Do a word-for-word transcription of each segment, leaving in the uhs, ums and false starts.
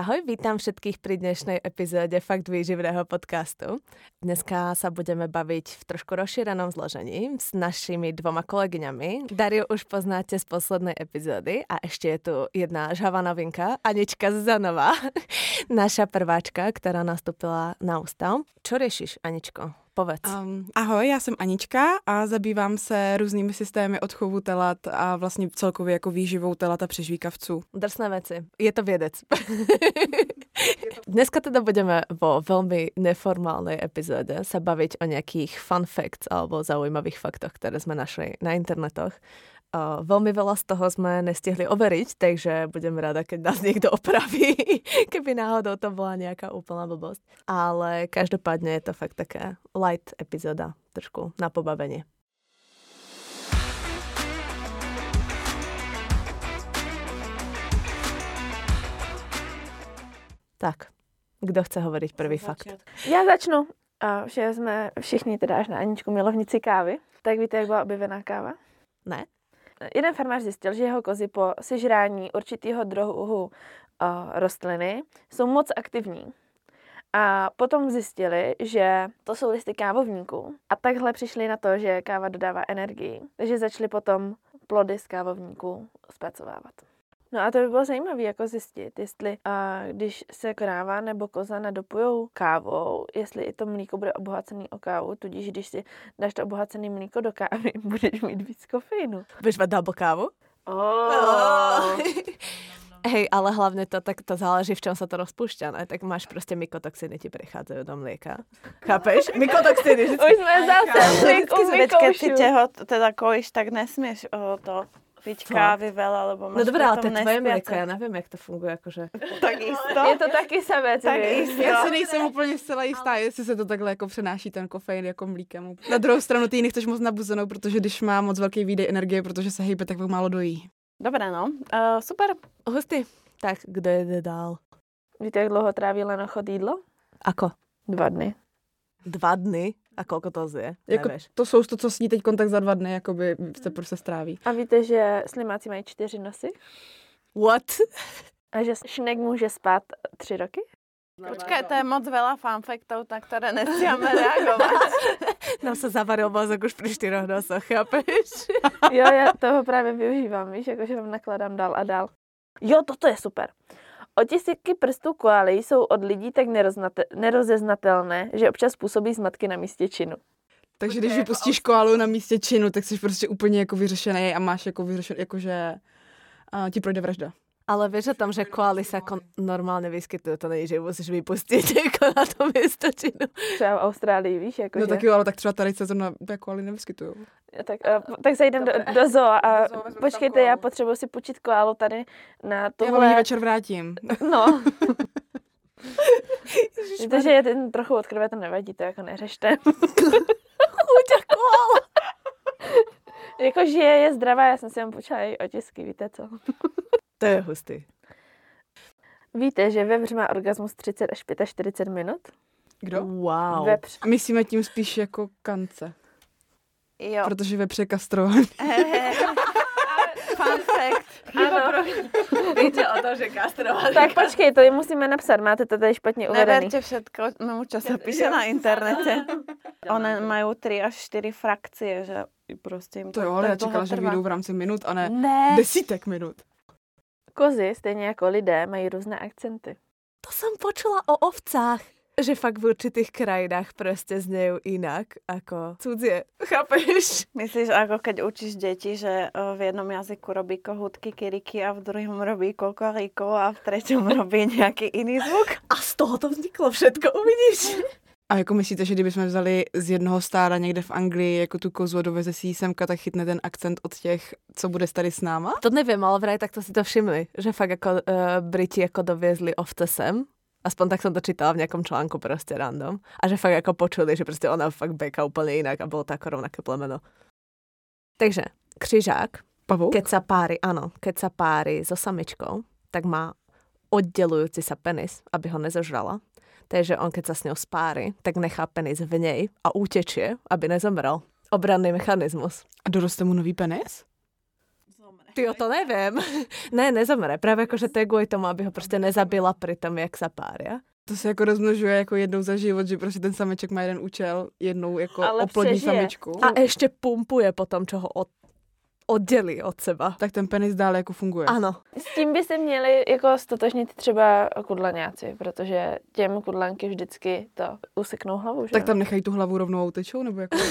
Ahoj, vítam všetkých pri dnešnej epizóde Fakt výživného podcastu. Dneska sa budeme baviť v trošku rozšírenom zložení s našimi dvoma kolegyňami. Dariu už poznáte z poslednej epizódy a ešte je tu jedna žhavá novinka, Anička Zanová, naša prváčka, ktorá nastúpila na ústav. Čo riešiš, Aničko? Povedz. Um, ahoj, já jsem Anička a zabývám se různými systémy odchovu telat a vlastně celkově jako výživou telat a přežvíkavců. Drsné veci. Je to vědec. Dneska teda budeme vo veľmi neformálnej epizóde sa baviť o nejakých fun facts alebo zaujímavých faktoch, ktoré sme našli na internetoch. Uh, veľmi veľa z toho sme nestihli overiť, takže budem rada, keď nás niekto opraví, keby náhodou to bola nejaká úplná blbosť. Ale každopádne je to fakt taká light epizóda, trošku na pobavenie. Tak, kdo chce hovoriť prvý fakt? Já začnu. A že jsme všichni teda až na Aničku milovníci kávy. Tak víte, jak byla objevená káva? Ne. Jeden farmář zjistil, že jeho kozy po sežrání určitého druhu uh, rostliny jsou moc aktivní. A potom zjistili, že to jsou listy kávovníků. A takhle přišli na to, že káva dodává energii. Takže začali potom plody z kávovníků zpracovávat. No a to by bylo zajímavé jako zjistit, jestli a když se kráva nebo koza nadopujou kávou, jestli i to mlíko bude obohacený o kávu, tudíž když si dáš to obohacené mlíko do kávy, budeš mít víc kofeínu. Budeš mať double kávu? Oh. Oh. Hej, ale hlavne to, tak to záleží, v čom sa to rozpúšťa, ne? Tak máš proste mykotoxiny, ti prechádzajú do mlieka. Chápeš? Mykotoxiny. Vždycky. Už sme zase u Keď ty teho teda kojíš, tak nesmieš o, to piť kávy veľa, lebo máš no dobré, ale to je potom tvoje nespiace. mlieko, ja neviem, jak to funguje, akože. Takisto. Je to taky samec, Takisto. Já si nejsem úplně zcela jistá, jestli se to takhle jako přenáší ten kofein jako mlíkem. Na druhou stranu ty ji nechceš moc nabuzenou, protože když má moc velký výdej energie, protože se hejbe, tak málo dojí. Dobre, no. Uh, super. Hustý. Tak, kdo jede dál? Víte, jak dlouho tráví lenochod jídlo? Ako? Dva dny. Dva dny? A koľko to zje? Jako Nevieš. to sousto, co sní teď kontakt za dva dny, jakoby se prostě stráví. A víte, že slimáci mají čtyři nosy? What? A že šnek může spát tři roky? Počkaj, to je moc veľa fanfaktov, na ktoré nestiame reagovať. Nám sa zavaril mozog už pri štyroch nosoch, chápeš? Jo, já toho právě využívám, víš, jakože vám nakladám dál a dál. Jo, toto je super. Otisky prstů koaly jsou od lidí tak nerozeznatelné, že občas působí zmatky na místě činu. Takže když vypustíš koalu na místě činu, tak jsi prostě úplně jako vyřešený a máš jako vyřešený, jakože a ti projde vražda. Ale vieš o tom, že koaly sa ako normálne vyskytujú, to není, že musíš vypustiť ako na to miesto činu. Třeba v Austrálii, víš, jakože. No tak jo, ale tak třeba tady se zrovna koaly nevyskytují. Tak, uh, tak zajdem do, do zoo a do zoo počkejte, já potřebuji si počít koalu tady na tohle. Já vám ji večer vrátím. No. Víte, že je ten trochu od krve, to nevadí, to jako neřešte. Chuťa koala. Jakože je, je zdravá, já jsem si vám počala její otisky, víte co? To je hustý. Víte, že vepř má orgasmus třicet až čtyřicet pět minut? Kdo? Wow. Vepř. Myslíme tím spíš jako kance. Jo. Protože vepř je kastrovaný. Fun fact. Ano. Víte o tom, že kastrovaný. Tak počkej, to musíme napsat, máte to tady špatně uvedený. Neverte všetko, čo sa píše na internete. One majú tri až štyri frakcie, že prostě jim To to jo, ale já tak dlho čekala, že trvá. vyjdou v rámci minut a ne, Ne. desítek minut. Kozy, stejně jako lidé, mají různé akcenty. To som počula o ovcách. Že fakt v určitých krajinách proste znejú inak ako cudzie. Chápeš? Myslíš, ako keď učíš deti, že v jednom jazyku robí kohútky, kiriky a v druhom robí kokoríko a v treťom robí nejaký iný zvuk? A z toho to vzniklo všetko, uvidíš? A jako myslíte, že kdybychom vzali z jednoho stáda někde v Anglii jako tu kozu a doveze si ji semka, tak chytne ten akcent od těch, co bude tady s náma? To neviem, ale vraj takto si to všimli. Že fakt ako uh, Briti ako doviezli ovce sem. Aspoň tak som to čítala v nejakom článku proste random. A že fakt ako počuli, že proste ona fakt beka úplne inak a bolo to ako rovnaké plemeno. Takže křižák, Pavouk? keď sa pári, áno, keď sa pári so samičkou, tak má oddelujúci sa penis, aby ho nezožrala. Takže on, keď sa s ňou spári, tak nechá penis v nej a utečie, aby nezomrel. Obranný mechanismus. A doroste mu nový penis? Tyjo, to neviem. Ne, nezomre. Práve akože to je kvôli tomu, aby ho proste nezabila pri tom, jak sa pária. To se jako rozmnožuje jako jednou za život, že prostě ten sameček má jeden účel, jednou jako Ale oplodní přežije. samičku. A ešte pumpuje potom, čo ho od, oddelí od seba. Tak ten penis dále jako funguje. Áno. S tím by se měli jako stotožnit třeba kudlaňáci, protože těm kudlanky vždycky to useknou hlavu, že? Tak tam nechají tu hlavu rovnou a utečou, nebo jako...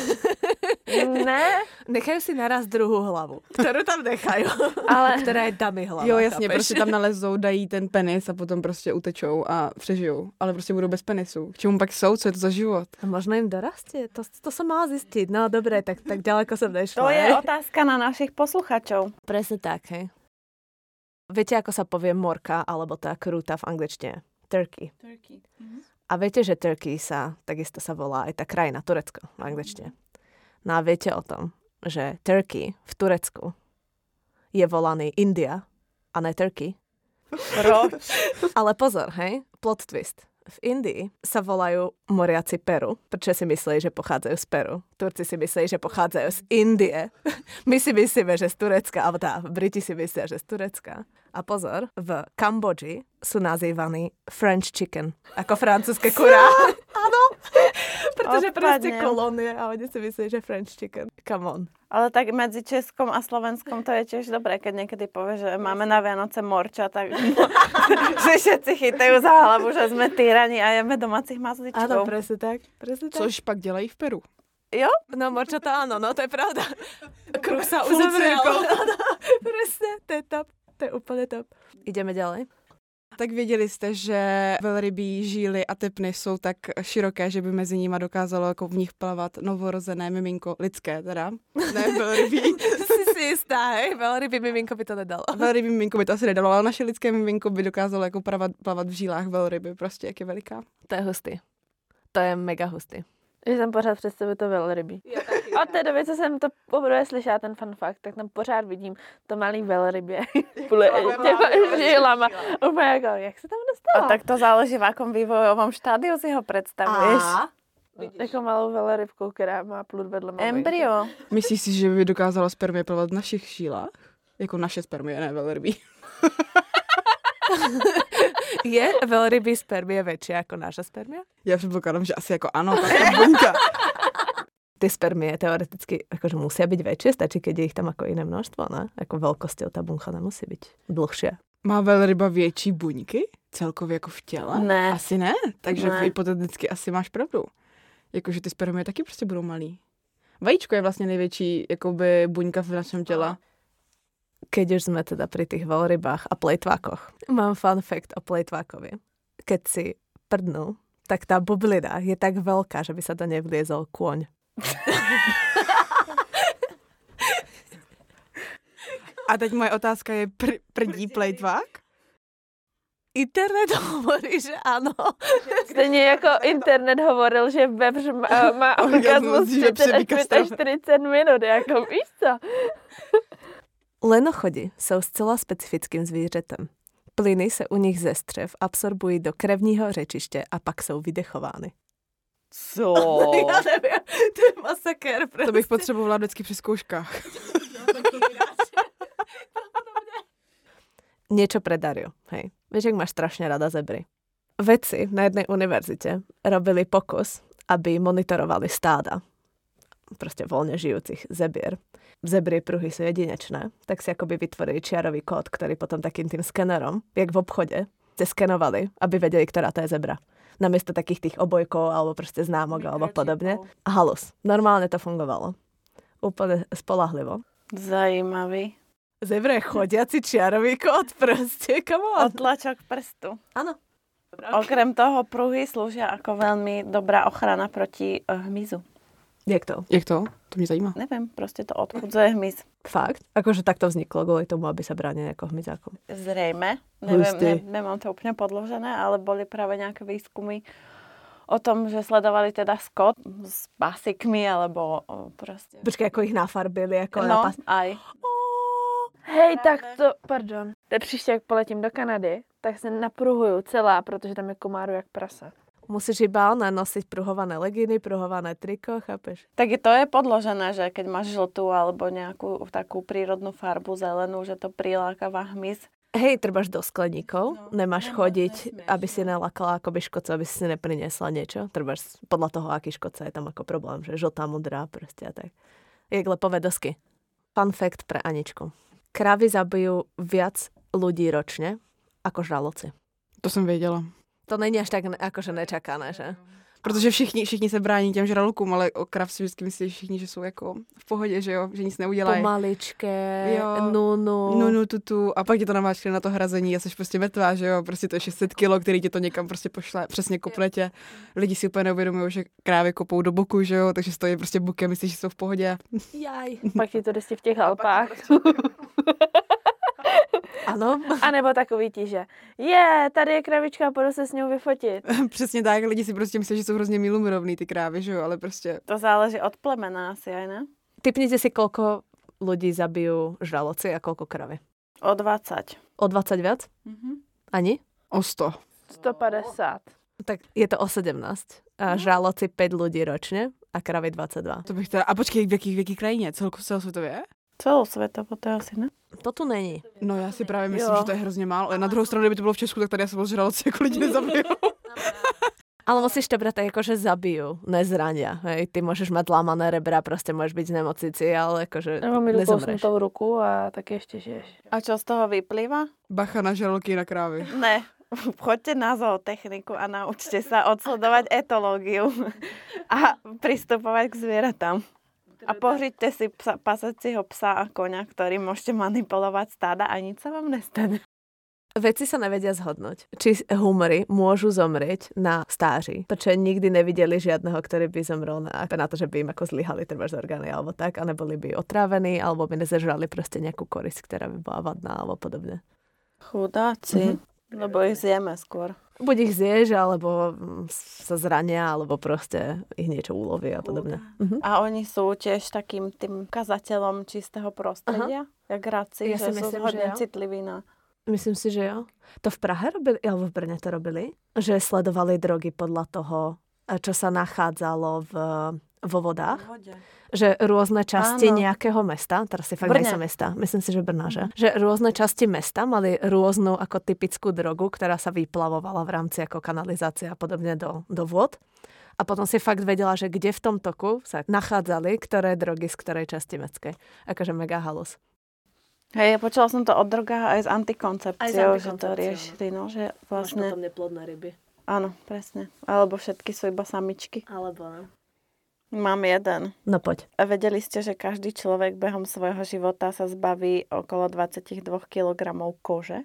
Ne, Nechajú si naraz druhú hlavu, ktorú tam nechajú, ale ktorá je dummy hlava. Jo, jasně, chápeš? prostě tam nalezou, dají ten penis a potom prostě utečou a přežijou. Ale prostě budou bez penisu. K čemu pak jsou? Co je to za život? A možno im dorastie, to, to som mala zistiť. No dobre, tak, tak ďaleko som nešla. To je hej. otázka na našich posluchačov. Presne tak, hej. Viete, ako sa povie morka, alebo tá krúta v angličtine? Turkey. Turkey. Mhm. A viete, že Turkey sa, takisto sa volá aj tá krajina, Turecko v angličtine. No a viete o tom, že Turkey v Turecku je volaný India a ne Turkey? Proč? Ale pozor, hej, plot twist. V Indii sa volajú moriaci Peru, pretože si mysleli, že pochádzajú z Peru. Turci si mysleli, že pochádzajú z Indie. My si myslíme, že z Turecka, alebo tá, Briti si myslia, že z Turecka. A pozor, v Kambodži sú nazývaní French chicken, ako francúzske kurá. Áno, pretože proste Odpadne. kolónie a oni si myslí, že French chicken. Come on. Ale tak medzi Českom a Slovenskom to je tiež dobré, keď niekedy povie, že máme na Vianoce morča, tak že všetci chytajú za hlavu, že sme týrani a jeme domácich Áno, mazličkov. presne tak. Presne tak. Což pak dělají v Peru. Jo? No, morčata áno, no to je pravda. Kruh sa Full uzavrel. circle. Áno, presne, to je top. To je úplne top. Ideme ďalej. Tak věděli jste, že velrybí žíly a tepny jsou tak široké, že by mezi nimi dokázalo jako v nich plavat novorozené miminko, lidské teda, ne velrybí. Si si istá, hej? Veľryby miminko by to nedalo. Velrybí miminko by to asi nedalo, ale naše lidské miminko by dokázalo jako plavat, plavat v žílách velryby, prostě jak je veliká. To je hustý. To je mega hustý. že jsem pořád představit to velrybí. Od té doby, co jsem to poprvé slyšela, ten fun fact, tak tam pořád vidím to malý velrybě. Těma žilama. Úplně jako, jak se tam dostala? A tak to záleží, v akom vývojovom štádiu si ho predstavuješ. Jako malou velrybku, která má plud vedle maminky. Embryo. Myslíš si, že by dokázalo spermie plavat v našich šílách? Jako naše spermie, ne velrybí. Je veľrybí spermie väčšia ako naša spermia? Já předpokládám, že asi jako ano, taká buňka. Ty spermie teoreticky akože musia byť väčšie, stačí, keď je ich tam ako iné množstvo, ne? Ako veľkosťou tá buncha nemusí byť dlhšia. Má velryba větší buňky? Celkově jako v těle? Ne. Asi ne. Takže Ne. hypoteticky asi máš pravdu. Jakože ty spermie taky prostě budou malý. Vajíčko je vlastně největší jakoby buňka v našem těle. Keď už sme teda pri tých veľrybách a plejtvákoch. Mám fun fact o plejtvákovi. Keď si prdnú, tak tá bublina je tak veľká, že by sa to nevliezol kôň. A teď moje otázka je, pr- prdí plejtvák? Internet hovorí, že áno. Stejně jako internet hovoril, že vepř má, má orgasmus že třicet až přebíká čtyřicet minut, jako víš co? Lenochody jsou zcela specifickým zvířetem. Plyny se u nich ze střev absorbují do krevního řečiště a pak jsou vydechovány. Co? Já nevím, to je masakér. Prostě. To bych potřebovala vždycky při zkouškách. Niečo pre Dariu, hej. Vieš, ak máš strašne rada zebry. Vedci na jednej univerzite robili pokus, aby monitorovali stáda proste voľne žijúcich zebier. Zebrie pruhy sú jedinečné, tak si akoby vytvorili čiarový kód, ktorý potom takým tým skenerom, jak v obchode, ste skenovali, aby vedeli, ktorá to je zebra. Namiesto takých tých obojkov, alebo proste známok, alebo podobne. A halus. Normálne to fungovalo. Úplne spolahlivo. Zajímavý. Zebra je chodiaci čiarový kód, proste, come on. Otlačok prstu. Áno. Okrem toho pruhy slúžia ako veľmi dobrá ochrana proti uh, hmyzu. Jak to? Jak to? To mě zajímá. Neviem, proste to odchudzuje hmyz. Fakt? Akože tak to vzniklo kvôli tomu, aby sa bránili ako hmyzákom. Zrejme. Neviem, Hustý. ne, nemám to úplne podložené, ale boli práve nejaké výskumy o tom, že sledovali teda skot s pasikmi, alebo o, proste... Počkej, ako ich nafarbili, ako na No, pas... aj. Hej, tak to, pardon. Te příště, jak poletím do Kanady, tak se napruhuju celá, protože tam je komáru jak prasa. Musíš iba nanosiť pruhované legíny, pruhované triko, chápeš? Tak to je podložené, že keď máš žltú alebo nejakú takú prírodnú farbu zelenú, že to prilákava hmyz. Hej, trbaš do skleníkov, No, nemáš no, chodiť, nesmieš, aby si no. nelakala akoby škodca, aby si nepriniesla niečo. Trbaš podľa toho, aký škodca je tam ako problém, že žltá, modrá, proste a tak. Jak lepové dosky. Fun fact pre Aničku. Krávy zabijú viac ľudí ročne ako žraloci. To jsem věděla. To není až tak ne- akože nečakané, že? Protože všichni, všichni se brání těm žralokům, ale o krav si vždycky myslí všichni, že jsou jako v pohodě, že jo, že nic neudělají. Pomaličké, Jo. nunu. Nunu, tutu, a pak tě to namáčkne na to hrazení a jsi prostě mrtvá, že jo, prostě to je šest set kilo, který tě to někam prostě pošle, přesně kopne tě. Lidi si úplně neuvědomují, že krávy kopou do boku, že jo, takže stojí prostě bokem, myslíš, že jsou v pohodě. Jaj. Pak ti to jde v těch Alpách. Ano. A nebo takový ti, že je, tady je kravička, půjdu se s ňou vyfotit. Přesně tak, lidi si prostě myslí, že jsou hrozně milumilovný ty krávy, že jo, ale prostě... To záleží od plemena asi aj, ne? Typnite si, koľko ľudí zabijú žraloci a koľko kravy. O dvadsať. O dvadsať viac? Mhm. Ani? O sto. sto padesát. Tak je to o sedemnásť. A žraloci päť ľudí ročne a kravy dvadsaťdva. To bych teda... A počkej, v jaký, v jaký krajině? Celko, celosvětově? Celosvetovo to asi, ne? To tu není. No já si právě myslím, Jo. že to je hrozně málo. Ale na druhou stranu, kdyby to bylo v Česku, tak tady asi bylo žraloci, jako lidi nezabijou. Ale musíš to brať tak, akože zabijú, nezrania. Hej, ty môžeš mať lámané rebra, proste môžeš byť v nemocnici, ale akože Nebo mi nezomreš. tou ruku a taky ještě žiješ. A čo z toho vyplýva? Bacha na žraloky, na krávy. Ne. Choďte na zootechniku a naučte sa odsledovať etológiu a pristupovať k zvieratám. A pohriďte si psa, pasacího psa a koňa, ktorý môžete manipulovať stáda a nič sa vám nestane. Vedci sa nevedia zhodnúť, či humory môžu zomrieť na stáří. Protože nikdy nevideli žiadneho, ktorý by zomrel na, na to, že by im ako zlyhali trváš orgány alebo tak, a neboli by otrávení, alebo by nezažrali proste nejakú korisť, ktorá by bola vadná alebo podobne. Chudáci. Mm-hmm. Lebo ich zjeme skôr. Buď ich zješ, alebo sa zrania, alebo proste ich niečo uloví a podobne. Mhm. A oni sú tiež takým tým kazateľom čistého prostredia, Aha. jak raci, Ja si že sú myslím, hodne že jo. citliví na... Myslím si, že jo. To v Prahe robili, alebo v Brne to robili, že sledovali drogy podľa toho, čo sa nachádzalo v, vo vodách. Že rôzne časti Áno. nejakého mesta, teraz si fakt Brne. nejsem mesta, myslím si, že Brna, že? Že rôzne časti mesta mali rôznu ako typickú drogu, ktorá sa vyplavovala v rámci ako kanalizácie a podobne do, do vôd. A potom si fakt vedela, že kde v tom toku sa nachádzali, ktoré drogy z ktorej časti mestskej. Akože mega halus. Hej, ja počula som to od drogách aj s antikoncepciou, Aj s že to antikoncepciou. riešili, no, že vlastne... neplodné ryby. Áno, presne. Alebo všetky sú iba samičky. Alebo ne. Mám jeden. No poď. A vedeli ste, že každý človek behom svojho života sa zbaví okolo dvadsaťdva kilogramov kože?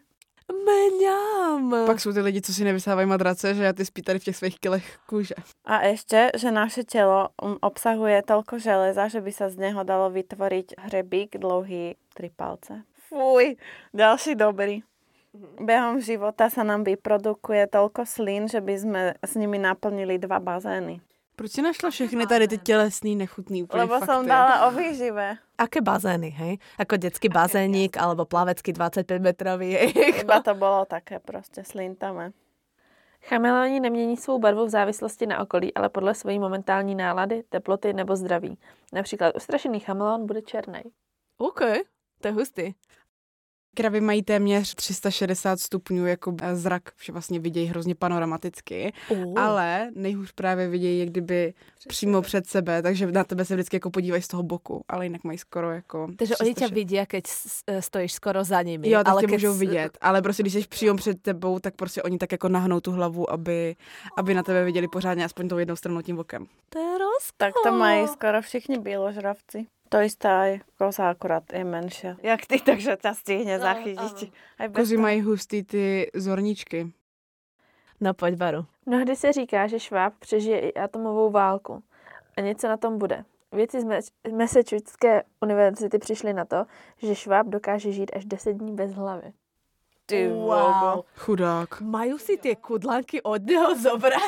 Mňam! Pak jsou ty lidi, co si nevysávají madrace, že ty spí tady v těch svých kilech kůže. A ešte, že naše telo um, obsahuje toľko železa, že by sa z neho dalo vytvoriť hrebík dlouhý tri palce. Fuj, ďalší dobrý. Behom života sa nám vyprodukuje toľko slín, že by sme s nimi naplnili dva bazény. Proč si našla všechny tady ty tělesný, nechutný úplně Lebo fakty? som dala o výžive. Aké bazény, hej? Ako detský bazénik, alebo plavecký dvadsaťpäť metrový. Iba to bolo také proste slintame. Chameleoni nemění svou barvu v závislosti na okolí, ale podle své momentální nálady, teploty nebo zdraví. Například ustrašený chameleon bude černý. OK, to je hustý. Kravy mají téměř tři sta šedesát stupňů jako zrak, že vlastně vidějí hrozně panoramaticky, Uh. ale nejhůř právě vidějí, jak kdyby přímo před sebe, takže na tebe se vždycky jako podívají z toho boku, ale jinak mají skoro jako... Takže oni tři sta ťa vidia, keď s- stojíš skoro za nimi. Jo, tak ale tě keď můžou s- vidět, ale prostě když jsi přímo před tebou, tak prostě oni tak jako nahnou tu hlavu, aby, aby na tebe viděli pořádně aspoň tou jednou stranou tím okem. To je rozko. Tak to mají skoro všichni bieložravci. To isté aj koza, akurát je menšia. Jak ty, takže ťa stihne zachytiť. Aj bez Kozy toho. mají hustý ty zorničky. No poď, Baru. Mnohdy se říká, že šváb přežije i atomovou válku. A něco na tom bude. Vědci z Massachusettské univerzity přišli na to, že šváb dokáže žít až deset dní bez hlavy. Ty Wow. vogo. Chudák. Majú si tie kudlanky od neho zobrať.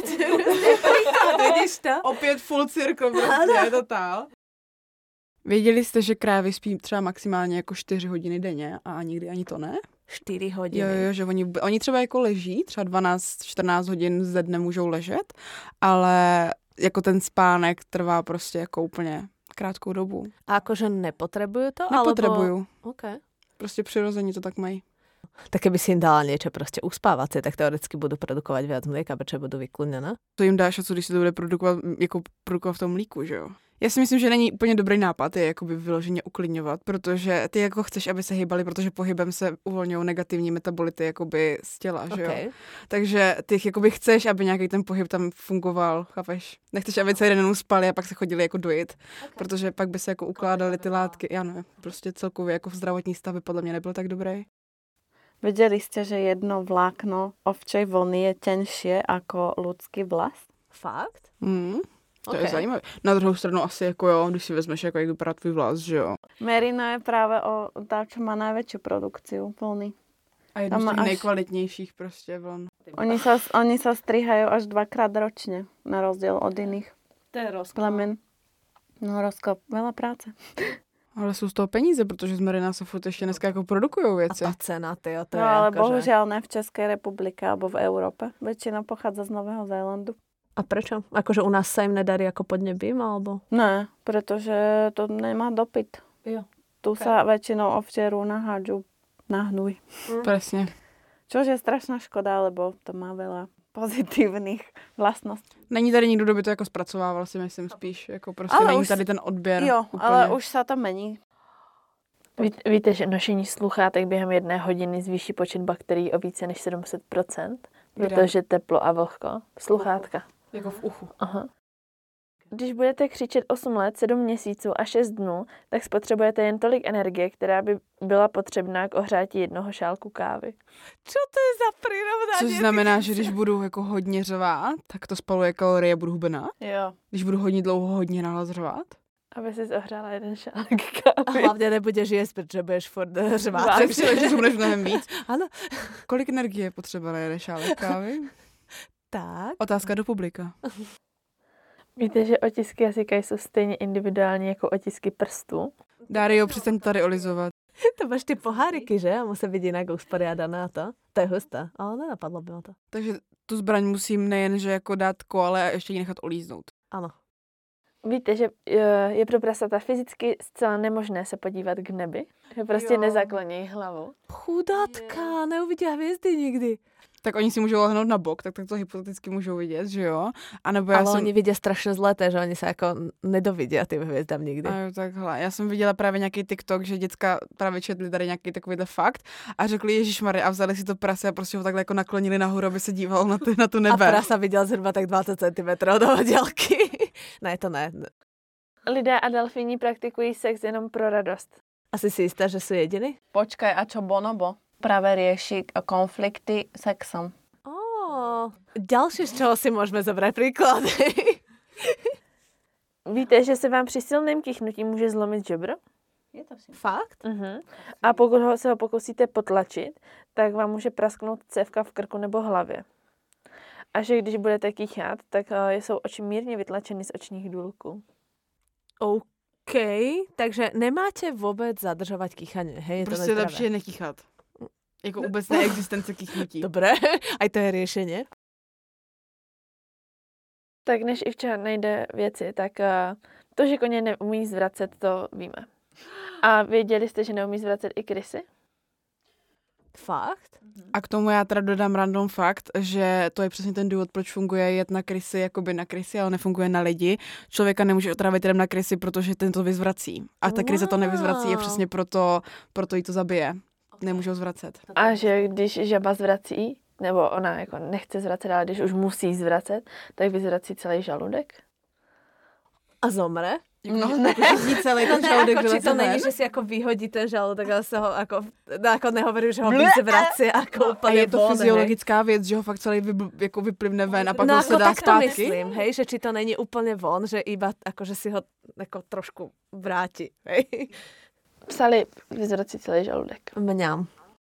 Vidíš to? Opět full circle, prostě, je to tál. Věděli jste, že krávy spí třeba maximálně jako čtyři hodiny denně a nikdy ani to ne? čtyři hodiny. Jo, jo, že oni, oni třeba jako leží, třeba dvanáct čtrnáct hodin ze dne můžou ležet, ale jako ten spánek trvá prostě jako úplně krátkou dobu. A akože nepotrebujú to? Nepotrebujú. Alebo... Okay. Prostě přirozeně to tak mají. Tak keby si im dala niečo proste uspávacie, tak teoreticky budú produkovať viac mlieka, pretože budú vykludnené. To jim dáš a co, když se to bude produkovat, jako produkovat v tom mlíku, že jo? Já si myslím, že není úplně dobrý nápad je jakoby vyloženě uklidňovat, protože ty jako chceš, aby se hýbali, protože pohybem se uvolňují negativní metabolity jakoby z těla, že jo? Okay. Takže ty jakoby chceš, aby nějaký ten pohyb tam fungoval, chápeš? Nechceš, aby celý den uspali a pak se chodili jako dojit, okay. Protože pak by se jako ukládaly ty látky. Já nevím, prostě celkově jako v zdravotní stav by podle mě nebyl tak dobrý. Vedeli ste, že jedno vlákno ovčej vlny je tenšie ako ľudský vlas? Fakt? Mm, to Okay. je zajímavé. Na druhou stranu asi jako jo, když si vezmeš, jako jak vypadá tvůj vlas, že jo. Merino je práve o tá, čo má najväčšiu produkciu vlny. A jedno Tam z má těch až- nejkvalitnějších prostě vln. Oni sa, oni sa strihajú až dvakrát ročne, na rozdiel od iných To je rozkol. plemen. No, rozkop, veľa práce. Ale jsou z toho peníze, protože z Merina se furt ještě dneska jako produkujou A věci. tá cena, tyjo, to No, je ale akože... bohužiaľ ne v Českej republike alebo v Európe. Väčšina pochádza z Nového Zélandu. A prečo? Akože u nás sa im nedarí ako podnebím, alebo? Ne, pretože to nemá dopyt. Jo. Tu Okay. sa väčšinou ovčerú nahádžu na hnúj. Presně. Čož je strašná škoda, lebo to má veľa pozitívnych vlastností. Není tady nikdo, kdo by to jako zpracovával, si myslím spíš. Jako prostě Ale není už- tady ten odběr. Jo, úplně. ale už sa to mení. Ví, víte, že nošení sluchátek během jedné hodiny zvýší počet bakterií o více než sedm set procent, protože teplo a vlhko. Sluchátka. Jako v uchu. Aha. Když budete křičet osm let, sedm měsíců a šest dnů, tak spotřebujete jen tolik energie, která by byla potřebná k ohřátí jednoho šálku kávy. Čo to je za prirovnanie? Což znamená, že když budu jako hodně řvát, tak to spaluje kalorie a budu hubená. Jo. Když budu hodně dlouho hodně nahlas řvát. Aby si ohřála jeden šálek A kávy. hlavne nebudeš jesť, pretože budeš furt řvát. Tak si že zhubneš mnohem víc. Áno. Kolik energie je potřeba na jeden šálek kávy? Tak. Otázka do publika. Víte, že otisky jazyka jsou stejně individuální jako otisky prstů? Dario, přestaň tady olizovat. To máš ty poháriky, že? A musí byť inak usporiadané a to. To je husté, ale nenapadlo by ma to. Takže tu zbraň musím nejenže jako dát koale a ještě ji nechat olíznout. Áno. Víte, že eh, je pro prasata fyzicky zcela nemožné se podívat k nebi? Že prostě Jo. nezakloní hlavu. Chudátka, neuvidia hviezdy nikdy. Tak oni si můžou lehnout na bok, tak, tak to hypoteticky můžou vidět, že jo? A nebo já Ale jsem... oni vidia strašne zle, že oni sa ako nedovidia tým hviezdám nikdy. A jo, takhle. Já jsem viděla právě nějaký TikTok, že děcka právě četli tady nějaký takovýhle fakt a řekli Ježišmarja a vzali si to prase a prostě ho takhle jako naklonili nahoru, aby se díval na, ty, na tu A nebe. prasa videl zhruba tak dvadsať centimetrov do oddiaľky. Ne, to ne. Lidé a delfíni praktikují sex jenom pro radost. Asi si istá, že sú jediní? Počkaj, a čo bonobo? Práve rieši konflikty sexom. Ó, ďalšie, z čoho si môžeme zobrať príklad. Víte, že se vám při silném kýchnutí může zlomit žebro? Je to si. Fakt? Uh-huh. A pokud ho, se ho pokusíte potlačit, tak vám může prasknout cévka v krku nebo hlavě. A že když budete kýchat, tak uh, jsou oči mírně vytlačeny z očních důlků. OK, takže nemáte vôbec zadržovať kýchanie, hej? Je to Prostě nezdravé. lepší je nekýchat. Jako vůbec neexistence kýchnutí. Dobre, aj to je riešenie. Tak než Ivča najde věci, tak uh, to, že koně neumí zvracet, to víme. A věděli jste, že neumí zvracet i krysy? Fakt? A k tomu já teda dodám random fakt, že to je přesně ten důvod, proč funguje jet na krysy, jakoby na krysy, ale nefunguje na lidi. Člověka nemůže otravit jdem na krysy, protože ten to vyzvrací. A ta krysa to nevyzvrací a přesně proto, proto jí to zabije. Nemůžou zvracet. A že když žaba zvrací, nebo ona jako nechce zvracet, ale když už musí zvracet, tak vyzvrací celý žaludek? A zomre? No, ne. celý ten žaludek Ako, či to vyleze není, ven. že si ako vyhodí ten žalúdek, ale sa ho ako, no, ako nehovorím, že ho vyzvracia ako A úplne je to von, fyziologická věc, že ho fakt celý vybl, jako vyplivne ven a pak no ho ako se dá tak to zpátky. myslím, hej, že či to není úplne von, že iba akože si ho ako trošku vráti, hej. Psali vyzvrací celý žaludek. Mňam.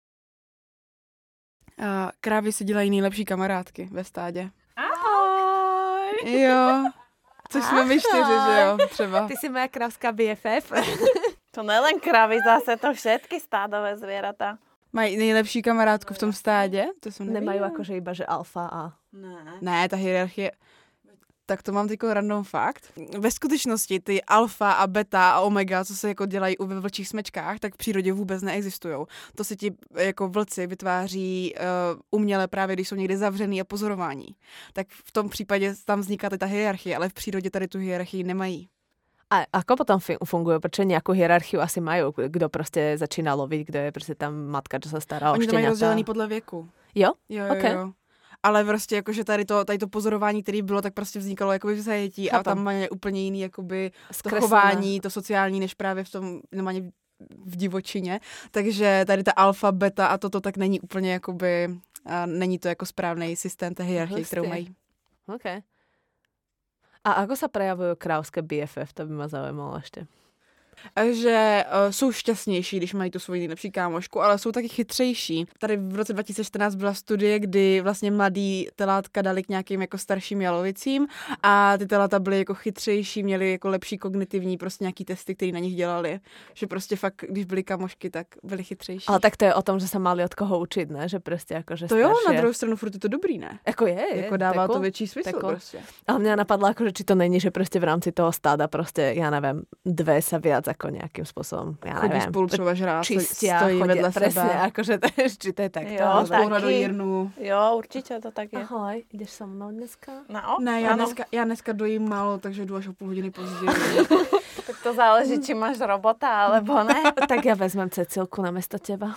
A krávy si dělají nejlepší kamarádky ve stádě. Ahoj! Jo. Což jsme my čtyři, že jo, třeba. Ty si moja krávská bé ef ef. To nelen kravy, zase to všetky stádové zvieratá. Mají nejlepší kamarádku v tom stádě? To jsem Nemají jakože iba, že alfa a... Ne. Ne, ta hierarchie... Tak to mám tyko random fakt. Ve skutečnosti ty alfa a beta a omega, co se jako dělají u ve vlčích smečkách, tak v přírodě vůbec neexistujou. To si ti jako vlci vytváří uh, uměle právě, když jsou někdy zavřený a pozorování. Tak v tom případě tam vzniká ta hierarchie, ale v přírodě tady tu hierarchii nemají. A ako potom fungujú? Prečo nejakú hierarchiu asi majú? Kto proste začína loviť, kto je proste tam matka, čo sa stará o Oni to mají šteniatá? rozdělený podle věku. Jo? Jo, jo, Okay. jo. Ale prostě jakože tady to, tady to pozorování, které bylo, tak prostě vznikalo jakoby v zajetí a tam mají úplně jiný jakoby to chování, to sociální, než právě v tom normálně v divočině. Takže tady ta alfa, beta a toto tak není úplně jakoby, a není to jako správný systém té hierarchie, kterou mají. OK. A ako sa prejavujú krávské bé ef ef? To by ma zaujímalo ešte. Že uh, jsou šťastnější, když mají tu svoji nejlepší kámošku, ale jsou taky chytřejší. Tady v roce dva tisíce čtrnáct byla studie, kdy vlastně mladý telátka dali k nějakým jako starším jalovicím a ty teláta byly jako chytřejší, měly jako lepší kognitivní prostě nějaký testy, které na nich dělali. Že prostě fakt, když byly kamošky, tak byly chytřejší. Ale tak to je o tom, že sa mali od koho učiť, ne? Že proste akože to staršie. jo, na druhou stranu furt je to dobrý, ne? Jako je, je. Jako dává tako, to větší smysl tako. prostě. Ale mňa napadlo, akože, či to není, že proste v rámci toho stáda proste, ja neviem, dve sa viac ako nejakým spôsobom, ja Chodí neviem, spolu třeba žrát, čistia, stojí chodia, vedle presne, sebe. akože to, či to je takto. Jo, Spolu taky. na dojírnu. Jo, určite to tak je. Ahoj, ideš so mnou dneska? No, Ne, já áno. dneska, já dneska dojím málo, takže jdu až o půl hodiny později. Tak to záleží, či máš robota, alebo ne. Tak ja vezmem Cecilku namiesto teba.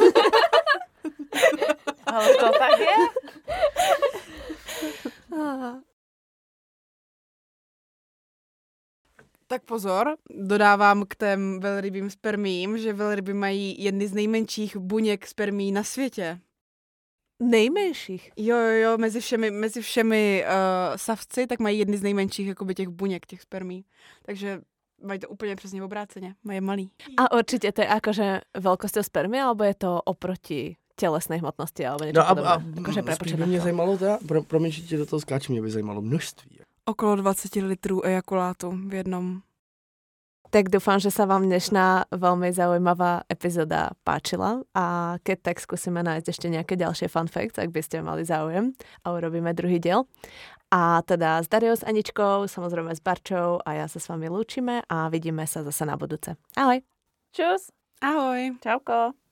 Ale to tak je. Tak pozor, dodávám k těm velrybým spermím, že velryby mají jedny z nejmenších buněk spermí na světě. Nejmenších? Jo, jo, jo, mezi všemi, mezi všemi uh, savci, tak mají jedny z nejmenších jakoby těch buněk, těch spermí. Takže mají to úplně přesně obráceně, mají malý. A určite to je akože veľkosťou spermie, alebo je to oproti telesnej hmotnosti, alebo niečo No a, podobné? a Akože spíš prepočet by mě na to. zajímalo teda, pro, promiň, že ti do toho skáču, mě by zajímalo množství. Okolo dvacet litrů ejakulátu v jednom. Tak dúfam, že sa vám dnešná veľmi zaujímavá epizóda páčila a keď tak skúsime nájsť ešte nejaké ďalšie fun facts, ak by ste mali záujem a urobíme druhý diel. A teda s Dariou, s Aničkou, samozrejme s Barčou a ja sa s vami lúčime a vidíme sa zase na budúce. Ahoj! Čus. Ahoj. Čauko.